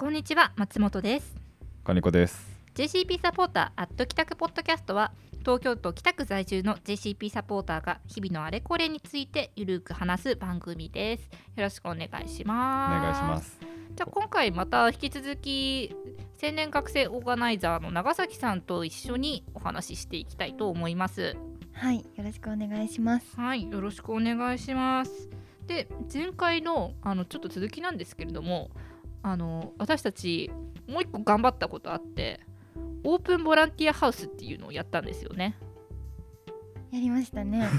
こんにちは、松本です。 金子です。 JCP サポーター北区ポッドキャストは、東京都北区在住の JCP サポーターが日々のあれこれについてゆるく話す番組です。よろしくお願いします。 お願いします。 じゃあ今回また引き続き青年学生オーガナイザーの長崎さんと一緒にお話ししていきたいと思います。 はい、よろしくお願いします。 はい、よろしくお願いします。で、前回のちょっと続きなんですけれども、私たちもう一個頑張ったことあって、オープンボランティアハウスっていうのをやったんですよね。 やりましたね。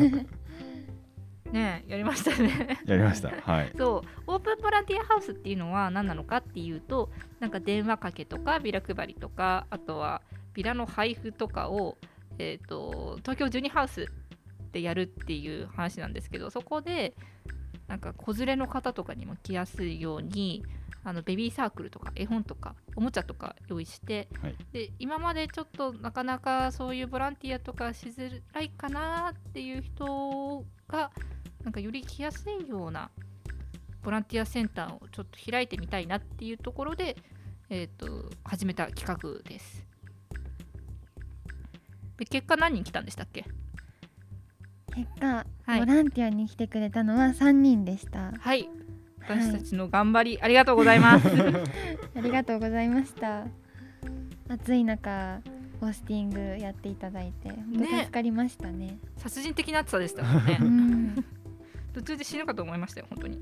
ねえ、やりましたね。 やりました。はい。 そう、オープンボランティアハウスっていうのは何なのかっていうと、なんか電話かけとかビラ配りとか、あとはビラの配布とかを、東京12ハウスでやるっていう話なんですけど、そこでなんか子連れの方とかにも来やすいようにベビーサークルとか絵本とかおもちゃとか用意して、 はい、 で今までちょっとなかなかそういうボランティアとかしづらいかなっていう人がなんかより来やすいようなボランティアセンターをちょっと開いてみたいなっていうところで、始めた企画です。で、結果何人来たんでしたっけ？ 結果、 はい、 ボランティアに来てくれたのは3人でした。 はい、私たちの頑張り、ありがとうございます。 ありがとうございました。暑い中ポスティングやっていただいて本当助かりましたね。 殺人的な暑さでしたもんね。途中で死ぬかと思いましたよ、本当に。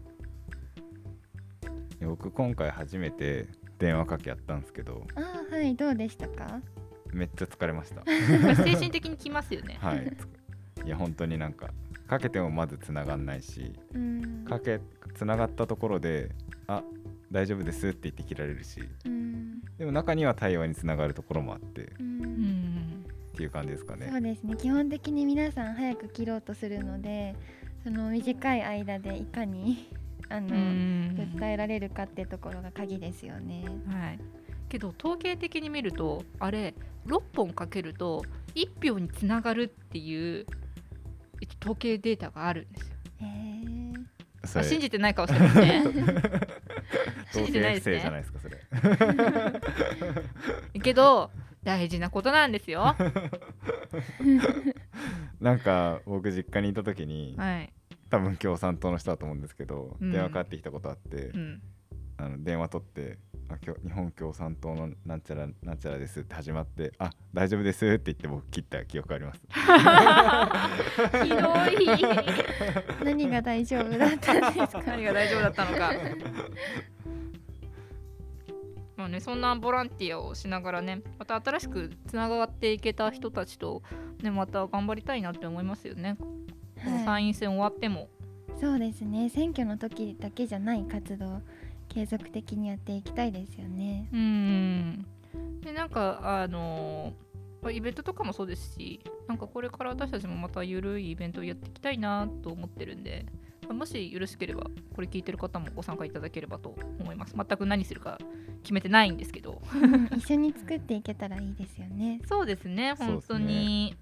僕今回初めて電話かけやったんですけど、 はい、どうでしたか？ めっちゃ疲れました。 精神的にきますよね。 はい。いや本当になんかかけてもまず繋がんないし、繋がったところで大丈夫ですって言って切られるし、でも中には対話に繋がるところもあって、っていう感じですかね。 そうですね。基本的に皆さん早く切ろうとするので、その短い間でいかに訴えられるかってところが鍵ですよね。 はい。けど統計的に見るとあれ6本かけると1票につながるっていう統計データがあるんですよ。信じてないかもしれません。信じてないですね。 統計不正じゃないですかそれ。 けど大事なことなんですよ。 なんか僕実家にいた時に、 はい、 多分共産党の人だと思うんですけど、電話かかってきたことあって、電話取って日本共産党のなんちゃらなんちゃらですって始まって、大丈夫ですって言って僕切った記憶あります。 ひどい。 何が大丈夫だったんですか？ 何が大丈夫だったのか。まあね、そんなボランティアをしながらね、また新しくつながっていけた人たちと、ね、また頑張りたいなって思いますよね。この参院選終わっても。 そうですね。選挙の時だけじゃない活動継続的にやっていきたいですよね。 で、なんかイベントとかもそうですし、なんかこれから私たちもまたゆるいイベントをやっていきたいなと思ってるんで、もしよろしければこれ聞いてる方もご参加いただければと思います。全く何するか決めてないんですけど、 一緒に作っていけたらいいですよね。 そうですね、本当に。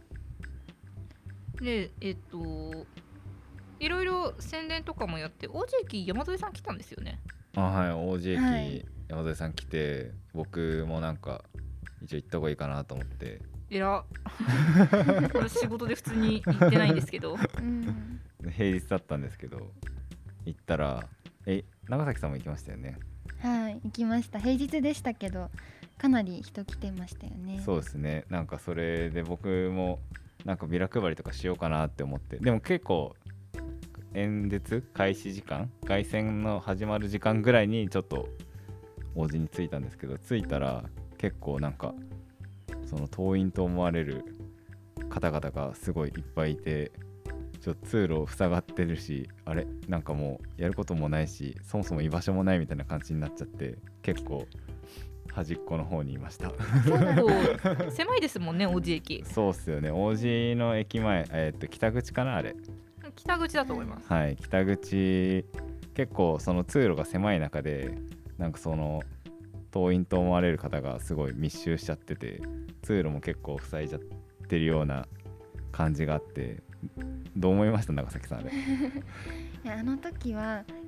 で、いろいろ宣伝とかもやって、OG 駅山添さん来たんですよね。 はい、OG 駅山添さん来て、僕もなんか一応行った方がいいかなと思って。 仕事で普通に行ってないんですけど、 平日だったんですけど行ったら、長崎さんも行きましたよね。 はい、行きました。平日でしたけどかなり人来てましたよね。 そうですね。なんかそれで僕もなんかビラ配りとかしようかなって思って、でも結構演説開始時間、凱旋の始まる時間ぐらいにちょっと王子に着いたんですけど、着いたら結構なんかその党員と思われる方々がすごいいっぱいいて、通路塞がってるし、なんかもうやることもないし、そもそも居場所もないみたいな感じになっちゃって、結構端っこの方にいました。 狭いですもんね、王子駅。 そうっすよね。王子の駅前、北口かな、あれ。 北口だと思います。 はい、北口。結構その通路が狭い中で、なんかその党員と思われる方がすごい密集しちゃってて、通路も結構塞いじゃってるような感じがあって、どう思いました長崎さん？あれいや、あの時は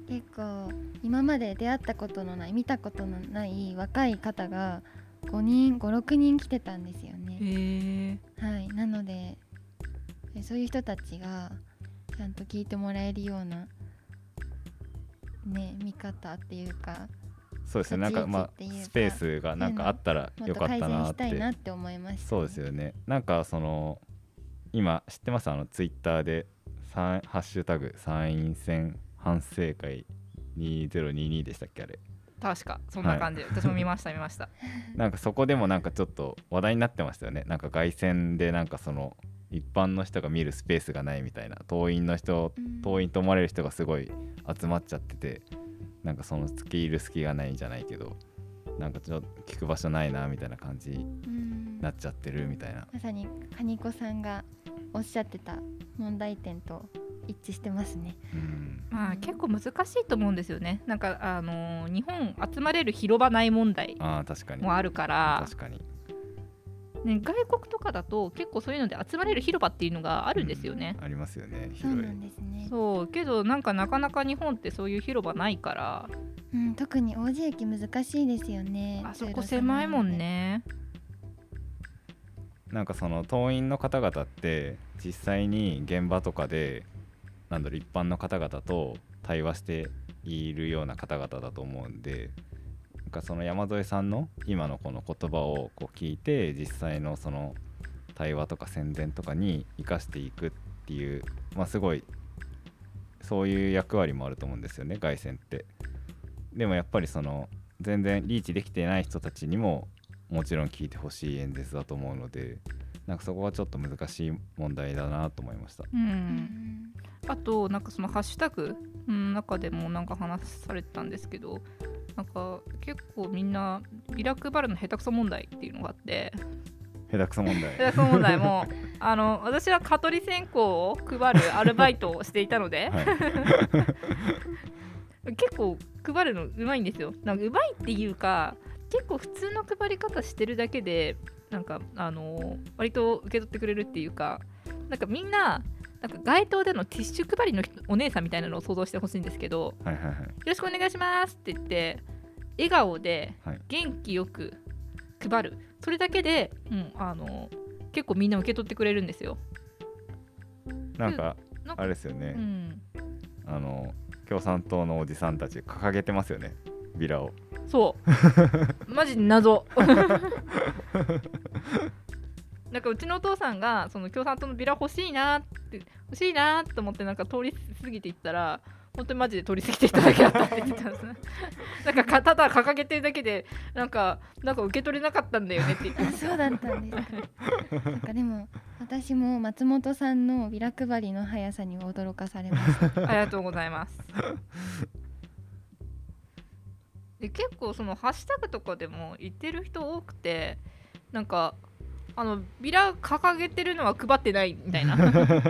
結構今まで出会ったことのない見たことのない若い方が5人5、6人来てたんですよね。はい、なのでそういう人たちがちゃんと聞いてもらえるようなね見方っていうか、 そうですね、なんかまあスペースがなんかあったらよかったなって、 もっと改善したいなって思いました、ね。 そうですよね。なんかその今知ってます、ツイッターでハッシュタグ参院選反省会2022でしたっけ、あれ。 確かそんな感じ、はい、私も見ましたなんかそこでもなんかちょっと話題になってましたよね。なんか凱旋でなんかその一般の人が見るスペースがないみたいな、党員と思われる人がすごい集まっちゃってて、なんかその付け入る隙がないんじゃないけど、なんかちょっと聞く場所ないなみたいな感じになっちゃってるみたいな。 まさに金子さんがおっしゃってた問題点と一致してますね。 まあ、結構難しいと思うんですよね。なんか日本集まれる広場ない問題もあるから、 確かにね、外国とかだと結構そういうので集まれる広場っていうのがあるんですよね。 ありますよね。 そうなんですね。 そうけどなかなか日本ってそういう広場ないから、 特に王子駅難しいですよね。 あそこ狭いもんね。 なんかその党員の方々って実際に現場とかで一般の方々と対話しているような方々だと思うんで、なんかその山添さんの今のこの言葉をこう聞いて実際のその対話とか宣伝とかに生かしていくっていう、まあすごいそういう役割もあると思うんですよね、凱旋って。でもやっぱりその全然リーチできてない人たちにももちろん聞いてほしい演説だと思うので、なんかそこはちょっと難しい問題だなと思いました。 あとなんかそのハッシュタグの中でもなんか話されてたんですけど、なんか結構みんなビラ配るの下手くそ問題っていうのがあって、 下手くそ問題も私は蚊取り線香を配るアルバイトをしていたので、結構配るのうまいんですよ。なんかうまいっていうか結構普通の配り方してるだけでなんか割と受け取ってくれるっていうか、なんかみんななんか街頭でのティッシュ配りのお姉さんみたいなのを想像してほしいんですけど、よろしくお願いしますって言って笑顔で元気よく配る、それだけで、結構みんな受け取ってくれるんですよ。 なんかあれですよね、共産党のおじさんたち掲げてますよね、ビラを。 そうマジ謎なんかうちのお父さんがその共産党のビラ欲しいなと思ってなんか通り過ぎていったら、本当にマジで通り過ぎていっただけだったって言ってたんですねなんかただ掲げてるだけでなんか受け取れなかったんだよねって言ってそうだったんですなんかでも私も松本さんのビラ配りの速さには驚かされましたありがとうございますで結構そのハッシュタグとかでも言ってる人多くて、なんかビラ掲げてるのは配ってないみたいな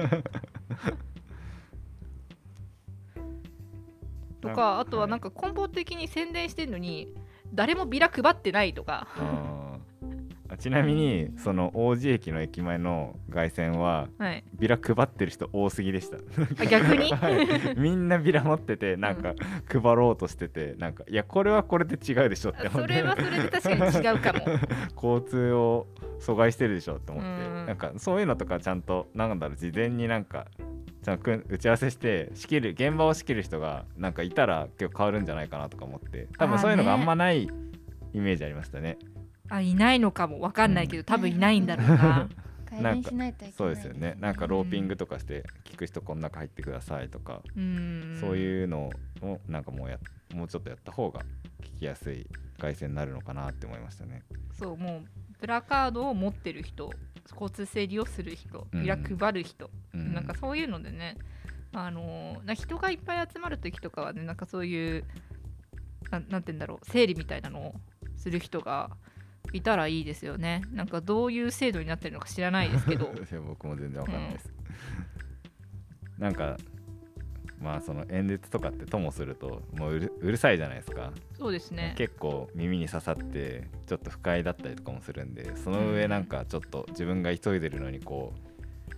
とか、あとはなんか根本的に宣伝してるのに誰もビラ配ってないとかちなみにその王子駅の駅前の凱旋は、ビラ配ってる人多すぎでした逆に、 みんなビラ持っててなんか配ろうとしてて、なんかいやこれはこれで違うでしょって思って、 それはそれで確かに違うかも交通を阻害してるでしょって思って、なんかそういうのとかちゃんと事前になんかちゃんと打ち合わせして現場を仕切る人がなんかいたら結構変わるんじゃないかなとか思って、多分そういうのがあんまないイメージありましたね。 いないのかも分かんないけど、多分いないんだろうな改善しないといけない、 そうですよね。なんかローピングとかして聞く人この中入ってくださいとか、そういうのをなんかもうちょっとやった方が聞きやすい凱旋になるのかなって思いましたね。 そう、もうプラカードを持ってる人、交通整理をする人、ビラ配る人、なんかそういうのでね、人がいっぱい集まる時とかはね、なんかそういうなんて言うんだろう、整理みたいなのをする人がいたらいいですよね。なんかどういう制度になってるのか知らないですけどいや僕も全然わかんないです、なんかまあその演説とかってともするともううるさいじゃないですか。 そうですね、 結構耳に刺さってちょっと不快だったりとかもするんで、その上なんかちょっと自分が急いでるのにこう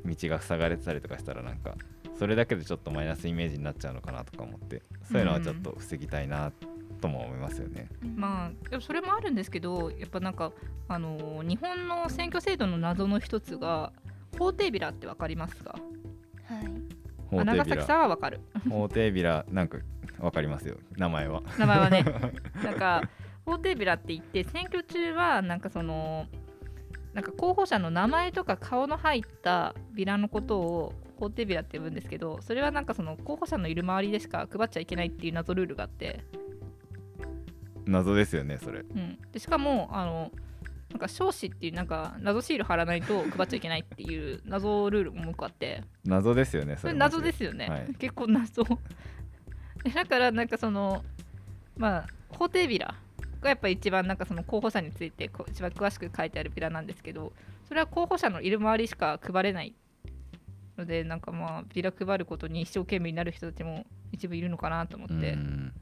道が塞がれてたりとかしたらなんかそれだけでちょっとマイナスイメージになっちゃうのかなとか思って、そういうのはちょっと防ぎたいなとも思いますよね。 まあでもそれもあるんですけど、やっぱなんか日本の選挙制度の謎の一つが法廷ビラってわかりますか？ はい。 長崎さんはわかる。 法廷ビラなんかわかりますよ、名前はねなんか法廷ビラって言って、選挙中はなんかなんか候補者の名前とか顔の入ったビラのことを法廷ビラって呼ぶんですけど、それはなんか候補者のいる周りでしか配っちゃいけないっていう謎ルールがあって、 謎ですよねそれ、 でしかもなんか彰子っていうなんか謎シール貼らないと配っちゃいけないっていう謎ルールももう一個あって、 謎ですよねそれ謎ですよね、 はい、 結構謎だからなんかまあ法廷ビラがやっぱり一番なんか候補者について一番詳しく書いてあるビラなんですけど、それは候補者のいる周りしか配れないので、なんかまあビラ配ることに一生懸命になる人たちも一部いるのかなと思って、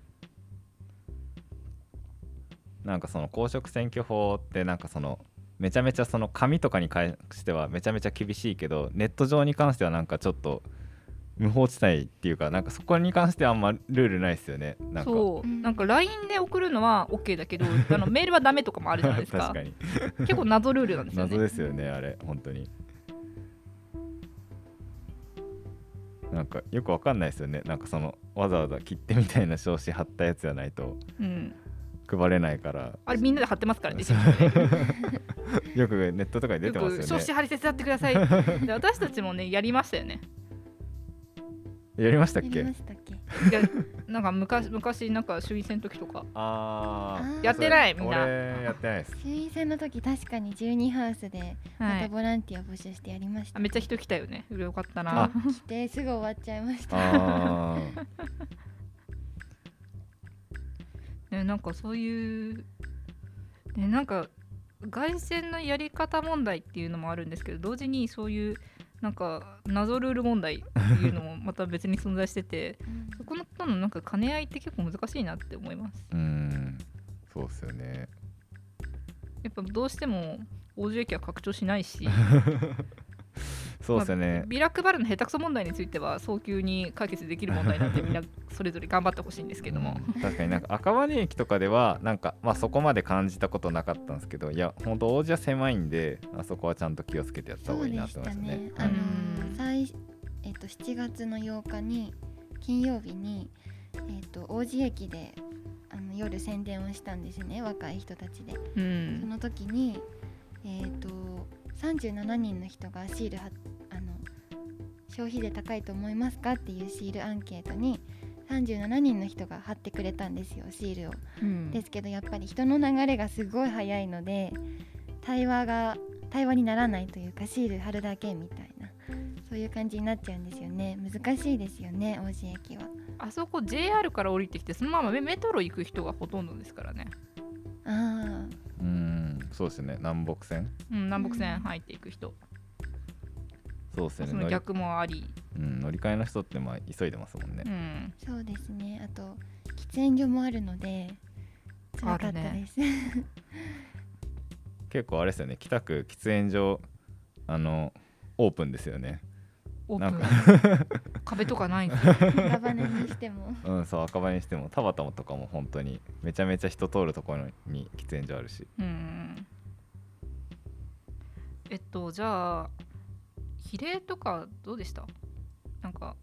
なんか公職選挙法ってなんかめちゃめちゃ紙とかに関してはめちゃめちゃ厳しいけど、ネット上に関してはなんかちょっと無法地帯っていうか、なんかそこに関してはあんまルールないですよね。 なんか LINE で送るのは OK だけどメールはダメとかもあるじゃないですか確かに結構謎ルールなんですよね。 謎ですよねあれ本当に。なんかよくわかんないですよね。なんかわざわざ切手みたいな証子貼ったやつじゃないと配れないから、 あれみんなで貼ってますからねよくネットとかに出てますよね。 証子貼り手伝ってくださいで私たちもねやりましたよね。 やりましたっけ？ やりましたっけ？ いやなんか昔なんか衆院選の時とかあやってないみんな。 俺やってないです。 衆院選の時確かに12ハウスでまたボランティア募集してやりました、 めっちゃ人来たよね。よかったな。 来てすぐ終わっちゃいましたね、なんかそういう、ね、なんか凱旋のやり方問題っていうのもあるんですけど、同時にそういうなんか謎ルール問題っていうのもまた別に存在しててそこのとのなんか兼ね合いって結構難しいなって思います。 そうですよね。 やっぱどうしても王子駅は拡張しないしそうですよね、 ビラ配るの下手くそ問題については早急に解決できる問題なんでみんなそれぞれ頑張ってほしいんですけども、 確かになんか赤羽駅とかではなんかまあそこまで感じたことなかったんですけど、いや本当王子は狭いんであそこはちゃんと気をつけてやった方がいいなと思いますね。 7月の8日に金曜日に、王子駅で夜宣伝をしたんですね、若い人たちで、その時に37人の人がシール消費税高いと思いますかっていうシールアンケートに37人の人が貼ってくれたんですよ、シールを、ですけどやっぱり人の流れがすごい早いので対話にならないというか、シール貼るだけみたいなそういう感じになっちゃうんですよね。難しいですよね、王子駅は。 あそこ JR から降りてきてそのままメトロ行く人がほとんどですからね。 そうですね、南北線、 南北線入っていく人、 そうですね、 その逆もあり、 乗り換えの人ってまあ急いでますもんね、 そうですね。あと喫煙所もあるので辛かったです、 結構あれですよね、北区喫煙所オープンですよね。 オープン壁とかないんですよ赤羽にしてもそう赤羽にしても田端とかも本当にめちゃめちゃ人通るところに喫煙所あるし、 じゃあ比例とかどうでした？なんか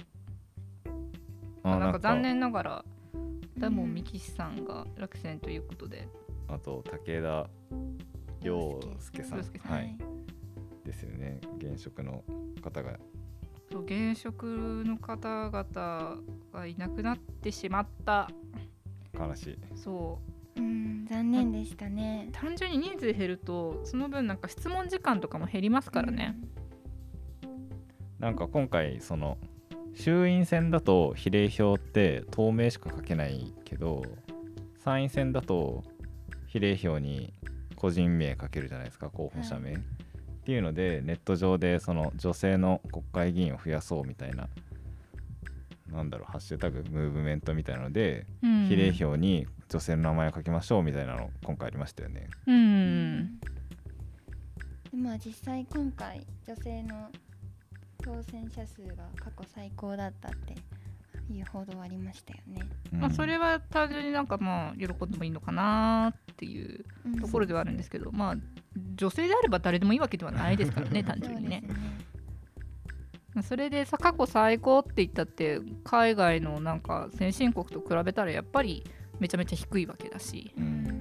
残念ながら大門幹氏さんが落選ということで、 あと武田良介さん、はいですよね、現職の方が、 現職の方々がいなくなってしまった。 悲しい。 残念でしたね。 単純に人数減るとその分なんか質問時間とかも減りますからね。 なんか今回衆院選だと比例票って透明しか書けないけど、参院選だと比例票に個人名書けるじゃないですか、候補者名、っていうのでネット上で女性の国会議員を増やそうみたいな、ハッシュタグムーブメントみたいなので、比例票に女性の名前を書きましょうみたいなの今回ありましたよね。 実際今回女性の当選者数が過去最高だったっていう報道ありましたよね。 まあ、それは単純になんかまあ喜んでもいいのかなっていうところではあるんですけど、まあ女性であれば誰でもいいわけではないですからね単純にね。それでさ過去最高って言ったって海外のなんか先進国と比べたらやっぱりめちゃめちゃ低いわけだし、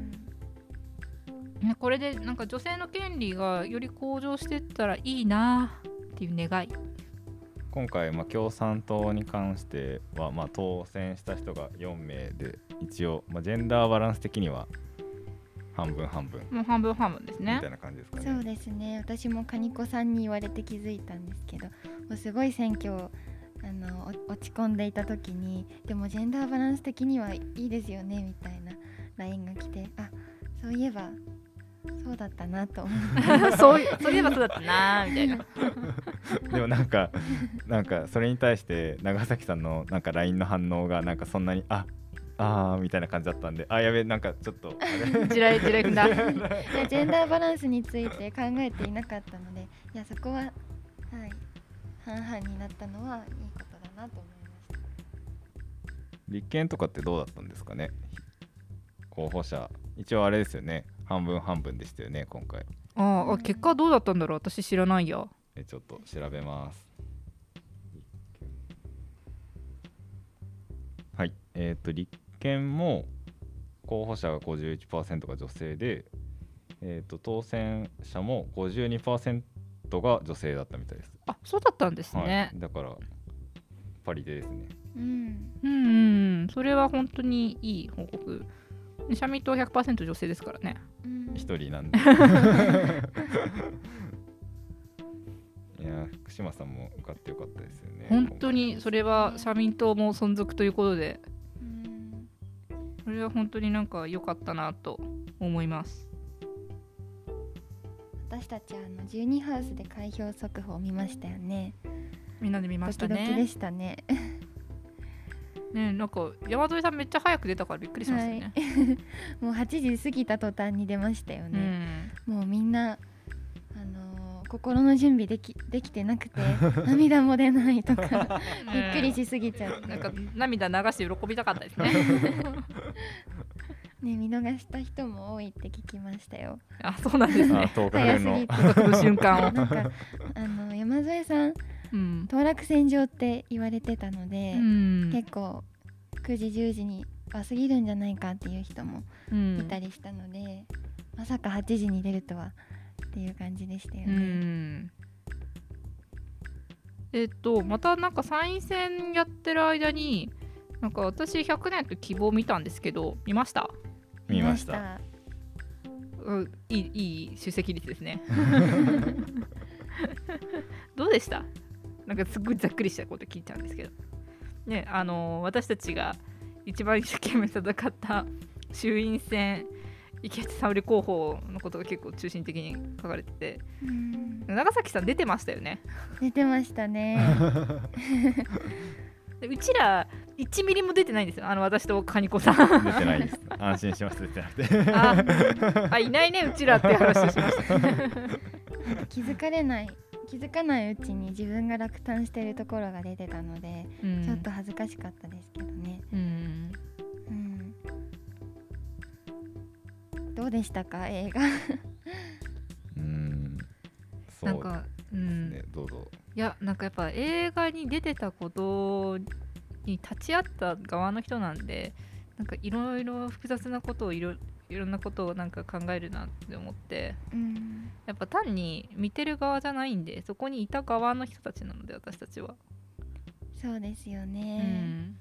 ね、これでなんか女性の権利がより向上していったらいいなっていう願い。 今回、共産党に関しては、当選した人が4名で一応、ジェンダーバランス的には半分半分、 もう半分半分ですねみたいな感じですかね。 そうですね。私もカニコさんに言われて気づいたんですけど、もうすごい選挙落ち込んでいた時に、でもジェンダーバランス的にはいいですよねみたいな LINE が来て、あ、そういえばそうだったなと思ってそういえばそうだったなみたいなでもなんかそれに対して長崎さんのなんか LINE の反応がなんかそんなにあーみたいな感じだったんで、やべなんかちょっと地雷踏んだジェンダーバランスについて考えていなかったので、いやそこは、はい、半々になったのはいいことだなと思いました。 立憲とかってどうだったんですかね。候補者一応あれですよね、半分半分でしたよね今回。 結果どうだったんだろう、私知らないや。 ちょっと調べます。はい、立憲も候補者が 51% が女性で、当選者も 52% が女性だったみたいです。 あ、そうだったんですね、 はい、だからパリでですね。 それは本当にいい報告。社民党 100% 女性ですからね。 一人なんでいや福島さんも受かってよかったですよね。 本当にそれは社民党も存続ということで、それは本当になんか良かったなと思います。 私たち12ハウスで開票速報を見ましたよね。 みんなで見ましたね。 ドキドキでしたねね、なんか山添さんめっちゃ早く出たからびっくりしましたね、 はい、もう8時過ぎた途端に出ましたよね、もうみんな、心の準備できてなくて涙も出ないとかびっくりしすぎちゃって、 なんか涙流して喜びたかったですねね、見逃した人も多いって聞きましたよ。 あ、そうなんですね。 早すぎての瞬間をなんか山添さん、当落線上って言われてたので、結構9時10時に過ぎるんじゃないかっていう人もいたりしたので、まさか8時に出るとはっていう感じでしたよね。 またなんか参院選やってる間になんか私100年と希望見たんですけど、見ました？ 見ました。 いい出席率ですねどうでした？なんかすっごいざっくりしたこと聞いちゃうんですけどね、私たちが一番一生懸命戦った衆院選池内沙織候補のことが結構中心的に書かれてて、長崎さん出てましたよね。 出てましたねうちら1ミリも出てないんですよ。私とカニコさん出てないです。安心します。出てなくていないねうちらって話をしました気づかないうちに自分が落胆しているところが出てたので、ちょっと恥ずかしかったですけどね。どうでしたか映画そうなんかどうぞ。 いや、なんかやっぱ映画に出てたことに立ち会った側の人なんで、なんかいろいろ複雑なことをいろんなことをなんか考えるなって思って、やっぱ単に見てる側じゃないんで、そこにいた側の人たちなので、私たちは。 そうですよね、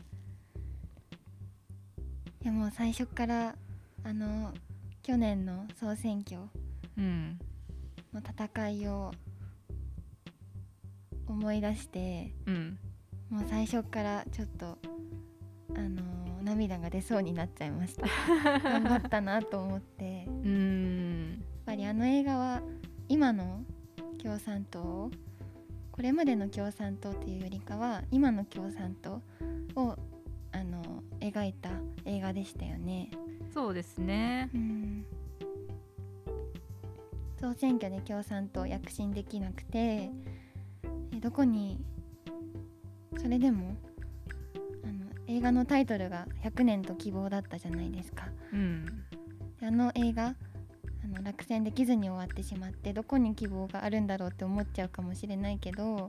いやもう最初から去年の総選挙の戦いを思い出して、もう最初からちょっと涙が出そうになっちゃいました頑張ったなと思ってやっぱり映画は今の共産党、これまでの共産党というよりかは今の共産党を描いた映画でしたよね。 そうですね、総選挙で共産党躍進できなくて、 どこにそれでも映画のタイトルが100年と希望だったじゃないですか、で映画落選できずに終わってしまって、どこに希望があるんだろうって思っちゃうかもしれないけど、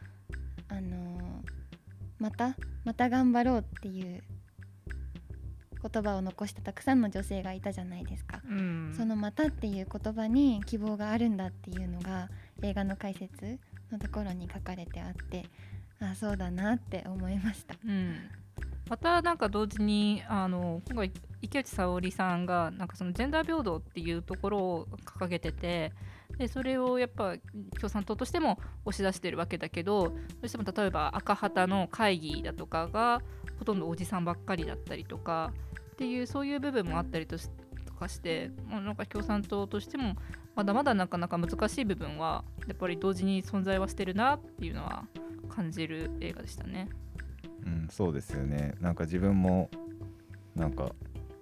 また頑張ろうっていう言葉を残したたくさんの女性がいたじゃないですか、そのまたっていう言葉に希望があるんだっていうのが映画の解説のところに書かれてあって、あ、そうだなって思いました。 またなんか同時に今回池内沙織さんがなんかそのジェンダー平等っていうところを掲げてて、でそれをやっぱ共産党としても押し出してるわけだけど、どうしても例えば赤旗の会議だとかがほとんどおじさんばっかりだったりとかっていう、そういう部分もあったりとかして、なんか共産党としてもまだまだなかなか難しい部分はやっぱり同時に存在はしてるなっていうのは感じる映画でしたね。 そうですよね。なんか自分もなんか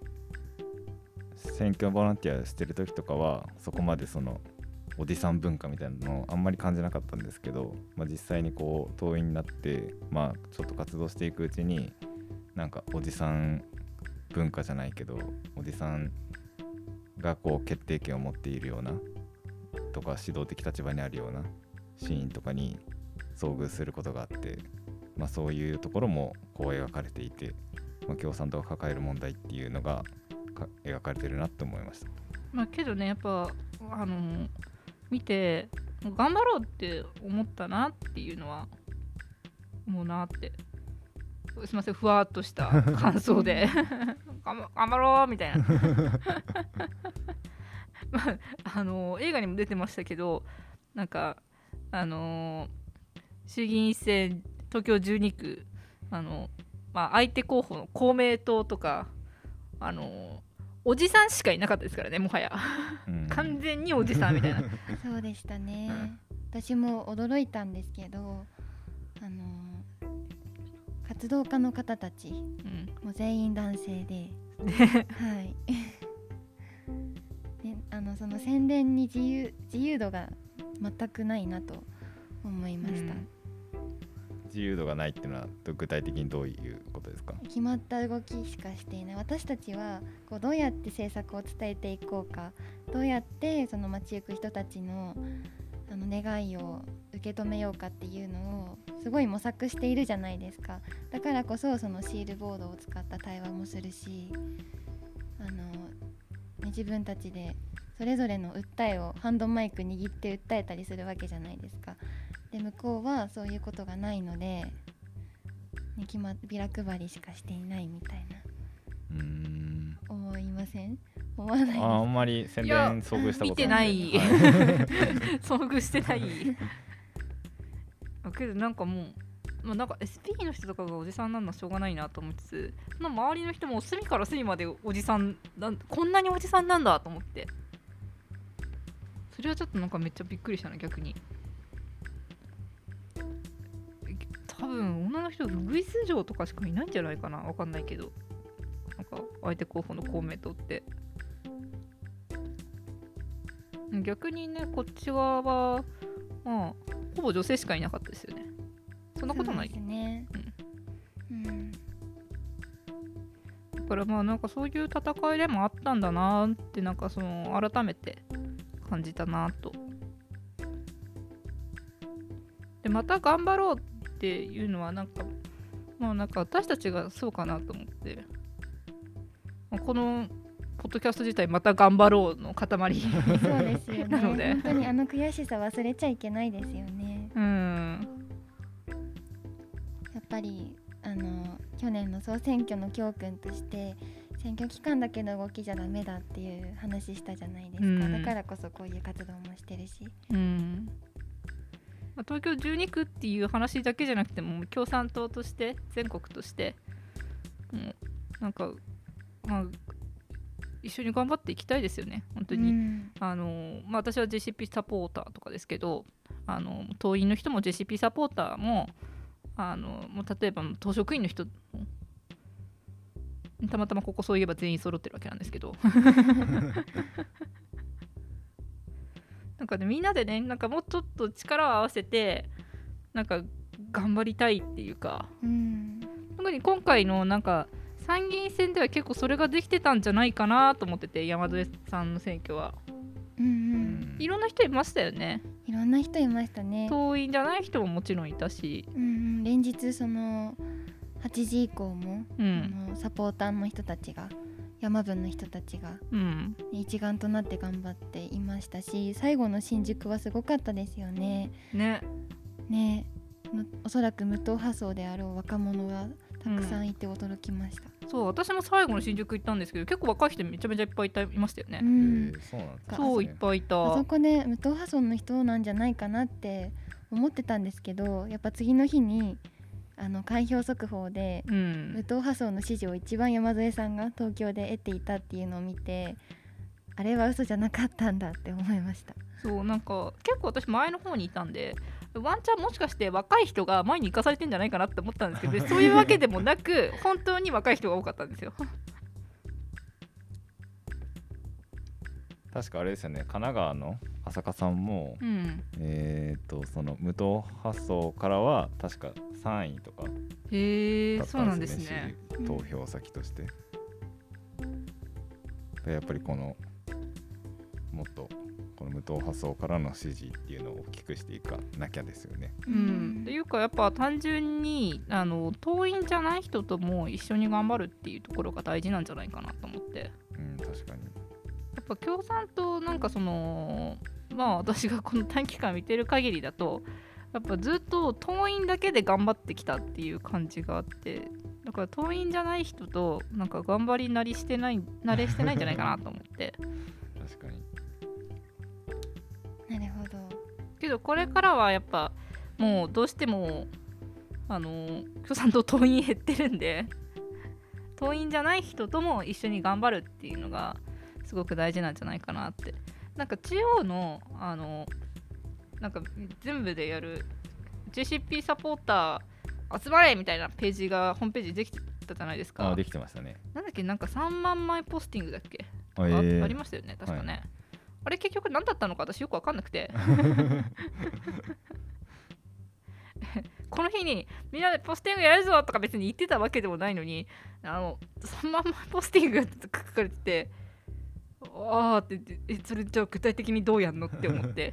選挙ボランティアしてる時とかはそこまでそのおじさん文化みたいなのをあんまり感じなかったんですけど、実際にこう党員になって、ちょっと活動していくうちになんかおじさん文化じゃないけど、おじさんがこう決定権を持っているようなとか指導的立場にあるようなシーンとかに遭遇することがあって、そういうところもこう描かれていて、共産党が抱える問題っていうのが描かれてるなって思いました。 けどね、やっぱ見て頑張ろうって思ったなっていうのは思うなって、すいません、ふわっとした感想で頑張ろうみたいな映画にも出てましたけど、なんか衆議院選東京12区相手候補の公明党とかおじさんしかいなかったですからね、もはや完全におじさんみたいなそうでしたね。私も驚いたんですけど、活動家の方たち、もう全員男性ではいね、その宣伝に自由度が全くないなと思いました。 自由度がないっていうのは具体的にどういうことですか？ 決まった動きしかしていない。私たちはこうどうやって政策を伝えていこうか、どうやってその街行く人たちの願いを受け止めようかっていうのをすごい模索しているじゃないですか。だからこそそのシールボードを使った対話もするし、自分たちでそれぞれの訴えをハンドマイク握って訴えたりするわけじゃないですか。で向こうはそういうことがないので、ビラ配りしかしていないみたいな。思いません？思わないです。 あんまり宣伝遭遇したことない。 見てない遭遇してないけどなんかもう、なんか SP の人とかがおじさんなんのはしょうがないなと思いつつ、周りの人も隅から隅までおじさんこんなにおじさんなんだと思って、それはちょっとなんかめっちゃびっくりしたな、逆に。多分女の人ウグイス嬢とかしかいないんじゃないかな、わかんないけど、なんか相手候補の公明党って逆にね、こっち側はほぼ女性しかいなかったですよね。そんなことない。 そうですね。 だからなんかそういう戦いでもあったんだなって、なんかその改めて感じたなと。でまた頑張ろうっていうのはなんか私たちがそうかなと思って、このポッドキャスト自体また頑張ろうの塊そうですよね。 なので本当に悔しさ忘れちゃいけないですよね。やっぱり去年の総選挙の教訓として選挙期間だけの動きじゃダメだっていう話したじゃないですか。だからこそこういう活動もしてるし、 東京12区っていう話だけじゃなくても共産党として全国としてなんか一緒に頑張っていきたいですよね、本当に。私は JCP サポーターとかですけど、党員の人も JCP サポーターももう例えば党職員の人たまたまここそういえば全員揃ってるわけなんですけどなんかね、みんなでね、なんかもうちょっと力を合わせてなんか頑張りたいっていうか、 うん特に今回のなんか参議院選では結構それができてたんじゃないかなと思ってて、山添さんの選挙はうんいろんな人いましたよね。 いろんな人いましたね。 党員じゃない人ももちろんいたし、 連日その8時以降も、サポーターの人たちが、山分の人たちが、一丸となって頑張っていましたし、最後の新宿はすごかったですよね。 ねおそらく無党派層であろう若者がたくさんいて驚きました。 そう、私も最後の新宿行ったんですけど、結構若い人めちゃめちゃいっぱいいましたよね。 そうなんですね。 そう、いっぱいいた。 あそこで無党派層の人なんじゃないかなって思ってたんですけど、やっぱ次の日に開票速報で、無党派層の支持を一番山添さんが東京で得ていたっていうのを見て、あれは嘘じゃなかったんだって思いました。 そう、なんか結構私前の方にいたんで、ワンチャンもしかして若い人が前に行かされてんじゃないかなって思ったんですけど、そういうわけでもなく本当に若い人が多かったんですよ。 確かあれですよね、神奈川の浅香さんも、その無党派層からは確か3位とかだったんですよね。 そうなんですね。 投票先として、でやっぱりこのもっとこの無党派層からの支持っていうのを大きくしていかなきゃですよね。 っていうかやっぱ単純に党員じゃない人とも一緒に頑張るっていうところが大事なんじゃないかなと思って。 確かにやっぱ共産党なんか私がこの短期間見てる限りだと、やっぱずっと党員だけで頑張ってきたっていう感じがあって、だから党員じゃない人となんか頑張り慣れしてないんじゃないかなと思って確かに。 なるほど。 けどこれからはやっぱもうどうしても共産党党員減ってるんで、党員じゃない人とも一緒に頑張るっていうのがすごく大事なんじゃないかなって。なんか中央のなんか全部でやる JCP サポーター集まれみたいなページがホームページできてたじゃないですか。 できてましたね。 なんだっけ、なんか3万枚ポスティングだっけ、ありましたよね確かね、はい、あれ結局何だったのか私よく分かんなくてこの日にみんなでポスティングやるぞとか別に言ってたわけでもないのに、3万枚ポスティングが書かれてて、あーってそれじゃあ具体的にどうやんのって思って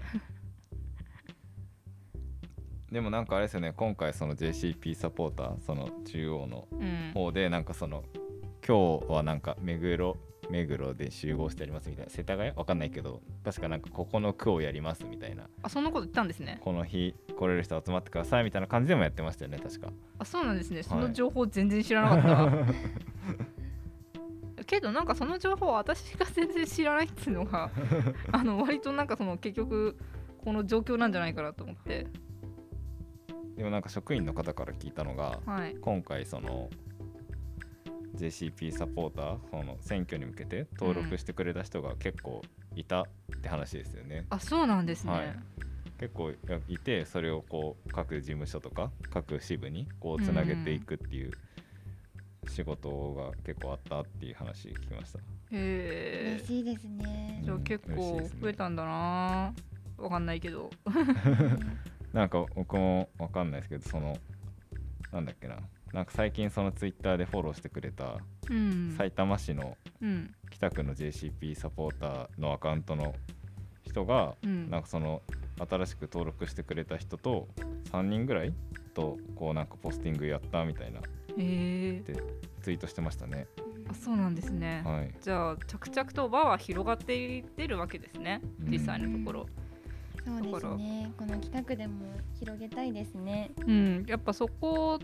でもなんかあれですよね、今回その JCP サポーターその中央の方でなんか今日はなんか目黒で集合してやりますみたいな、世田谷わかんないけど確かなんかここの区をやりますみたいな、 そんなこと言ったんですね。 この日来れる人集まってくださいみたいな感じでもやってましたよね確か。 そうなんですね。その情報全然知らなかったわ、けどなんかその情報は私が全然知らないっていうのが割となんか結局この状況なんじゃないかなと思って。 でもなんか職員の方から聞いたのが、今回その JCP サポーターその選挙に向けて登録してくれた人が結構いたって話ですよね。 そうなんですね、 結構いて、それをこう各事務所とか各支部にこうつなげていくっていう仕事が結構あったっていう話聞きました。 嬉しいですね。 じゃあ結構増えたんだな、わかんないけどなんか僕もわかんないですけど、なんだっけな、なんか最近そのツイッターでフォローしてくれた、埼玉市の北区の JCP サポーターのアカウントの人が、なんか新しく登録してくれた人と3人ぐらいとこうなんかポスティングやったみたいなってツイートしてましたね。 そうなんですね、じゃあ着々と輪は広がっていってるわけですね、実際のところ。 そうですね、この北区でも広げたいですね。 やっぱそこと、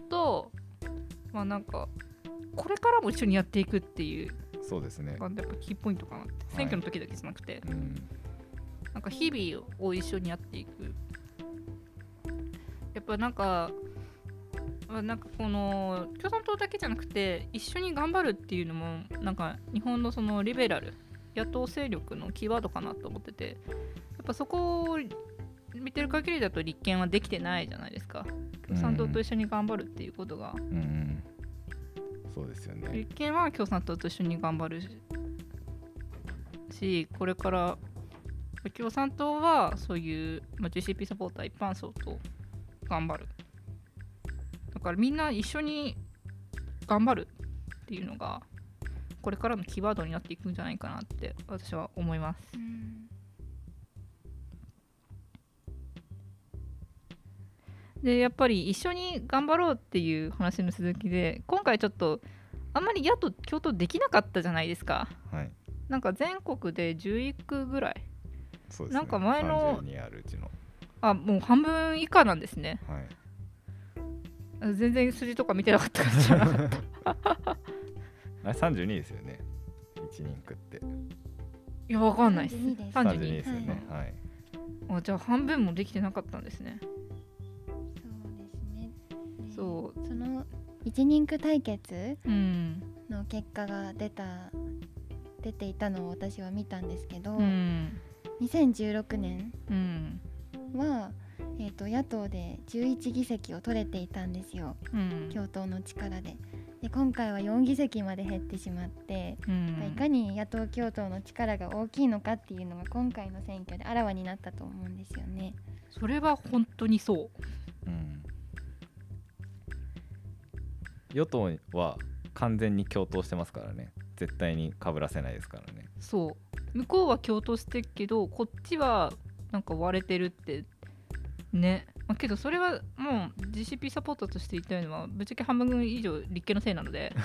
なんかこれからも一緒にやっていくっていう、 そうですね、 やっぱキーポイントかなって、選挙の時だけじゃなくて、なんか日々を一緒にやっていく。やっぱなんかこの共産党だけじゃなくて一緒に頑張るっていうのもなんか日本のそのリベラル野党勢力のキーワードかなと思ってて、やっぱそこを見てる限りだと立憲はできてないじゃないですか。共産党と一緒に頑張るっていうことが、 そうですよね。 立憲は共産党と一緒に頑張るし、これから共産党はそういう、JCP サポーター一般層と頑張る。だからみんな一緒に頑張るっていうのがこれからのキーワードになっていくんじゃないかなって私は思います。でやっぱり一緒に頑張ろうっていう話の続きで、今回ちょっとあんまり野党共闘できなかったじゃないですか。 はい。 なんか全国で11区ぐらい。 そうですね。 なんか前の 32あるうちの。 もう半分以下なんですね。 はい。 全然数字とか見てなかったからじゃなかった。 あれ32ですよね。1人区って。 いやわかんないです。 32ですよね。はい。 じゃあ半分もできてなかったんですね。 そうですね。 その1人区対決の結果が出ていたのを私は見たんですけど、2016年は、野党で11議席を取れていたんですよ、共闘の力で。で今回は4議席まで減ってしまって、いかに野党共闘の力が大きいのかっていうのが今回の選挙であらわになったと思うんですよね。 それは本当にそう、 与党は完全に共闘してますからね。絶対に被らせないですからね。 そう向こうは共闘してるけどこっちはなんか割れてるってね。けどそれはもう GCP サポーターとして言いたいのはぶっちゃけ半分以上立憲のせいなので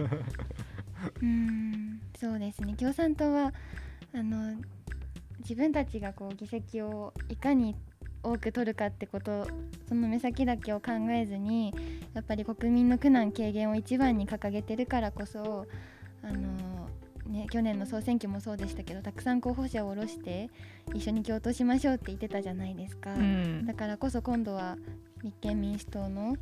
そうですね。共産党は自分たちがこう議席をいかに多く取るかってこと、その目先だけを考えずにやっぱり国民の苦難軽減を一番に掲げてるからこそ去年の総選挙もそうでしたけど、たくさん候補者を下ろして一緒に共闘しましょうって言ってたじゃないですか、だからこそ今度は立憲民主党の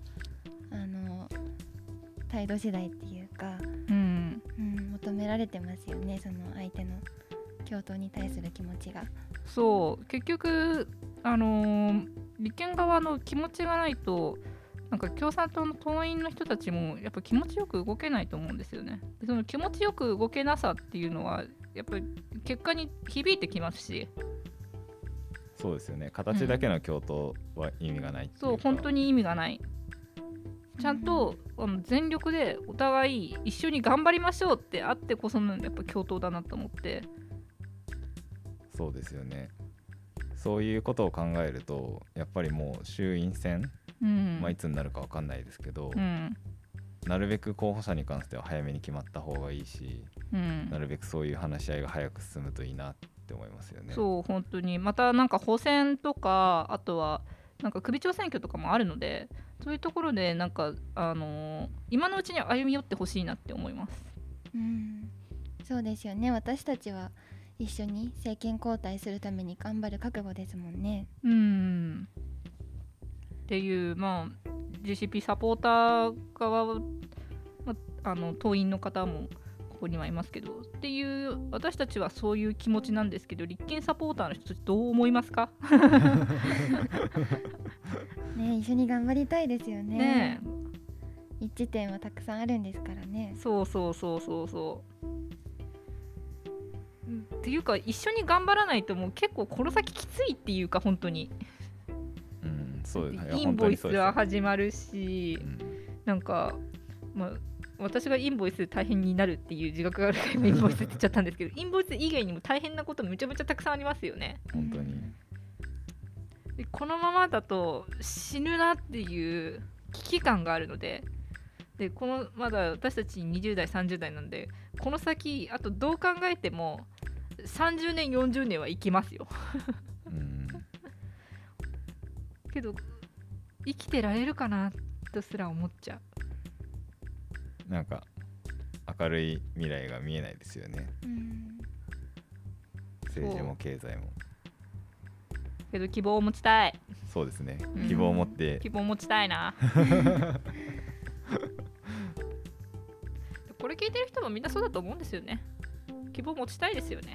態度次第っていうか、求められてますよね、その相手の共闘に対する気持ちが。 そう結局立憲側の気持ちがないとなんか共産党の党員の人たちもやっぱ気持ちよく動けないと思うんですよね。でその気持ちよく動けなさっていうのはやっぱり結果に響いてきますし。 そうですよね。形だけの共闘は意味がないっていうか、 そう本当に意味がない。ちゃんと全力でお互い一緒に頑張りましょうってあってこそのやっぱ共闘だなと思って。 そうですよね。そういうことを考えるとやっぱりもう衆院選、いつになるか分かんないですけど、なるべく候補者に関しては早めに決まった方がいいし、なるべくそういう話し合いが早く進むといいなって思いますよね。 そう本当にまたなんか補選とかあとはなんか首長選挙とかもあるので、そういうところでなんか今のうちに歩み寄ってほしいなって思います。 そうですよね。私たちは一緒に政権交代するために頑張る覚悟ですもんね。 っていうGCP サポーター側、党員の方もここにはいますけどっていう私たちはそういう気持ちなんですけど、立憲サポーターの人たちどう思いますかね、一緒に頑張りたいですよね。一致点はたくさんあるんですからね。 そうっていうか一緒に頑張らないともう結構この先きついっていうか本当に。 そうですね。 インボイスは始まるし、なんか、私がインボイス大変になるっていう自覚があるからインボイスって言っちゃったんですけどインボイス以外にも大変なことめちゃめちゃたくさんありますよね。 本当に。 でこのままだと死ぬなっていう危機感があるので、まだ私たち20代30代なんで、この先あとどう考えても30年40年は生きますよけど生きてられるかなとすら思っちゃう。 なんか明るい未来が見えないですよね。政治も経済も。 けど希望を持ちたい。 そうですね。希望を持って希望を持ちたいなこれ聞いてる人もみんなそうだと思うんですよね。希望を持ちたいですよね。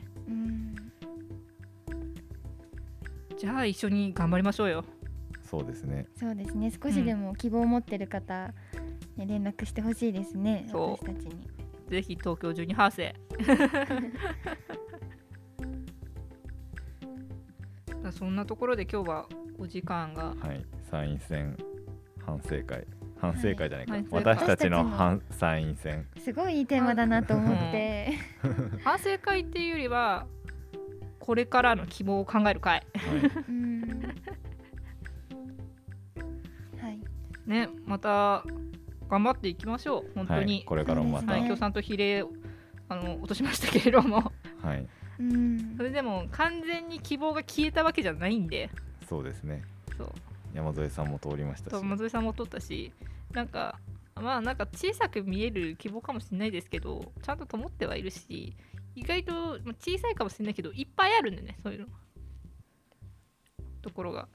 じゃあ一緒に頑張りましょうよ。 そうですね。 そうですね。少しでも希望を持ってる方、連絡してほしいですね。私たちに。 ぜひ東京12ハウスへそんなところで今日はお時間が参院選反省会じゃないか、 はい私たちの参院選すごいいいテーマだなと思って、 反省会っていうよりはこれからの希望を考える会はいね、また頑張っていきましょう本当に、 これからもまた、 共産と比例落としましたけれどもそれでも完全に希望が消えたわけじゃないんで、 そうですね、 そう山添さんも通りましたし、 山添さんも通ったし、なんか小さく見える希望かもしれないですけど、ちゃんと灯ってはいるし、意外と小さいかもしれないけどいっぱいあるんでね、そういうのところが、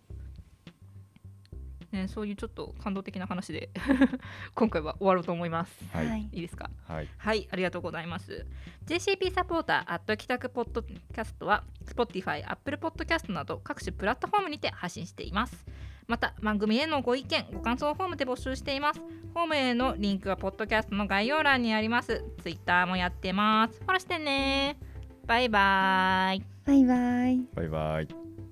ね、そういうちょっと感動的な話で今回は終わろうと思います。いいですか。はい、ありがとうございます。 JCP サポーター帰宅ポッドキャストは Spotify、Apple Podcast など各種プラットフォームにて発信しています。また番組へのご意見ご感想フォームで募集しています。フォームへのリンクはポッドキャストの概要欄にあります。 Twitter もやってます。フォローしてね。バイバイ。 バイバイ。 バイバイ。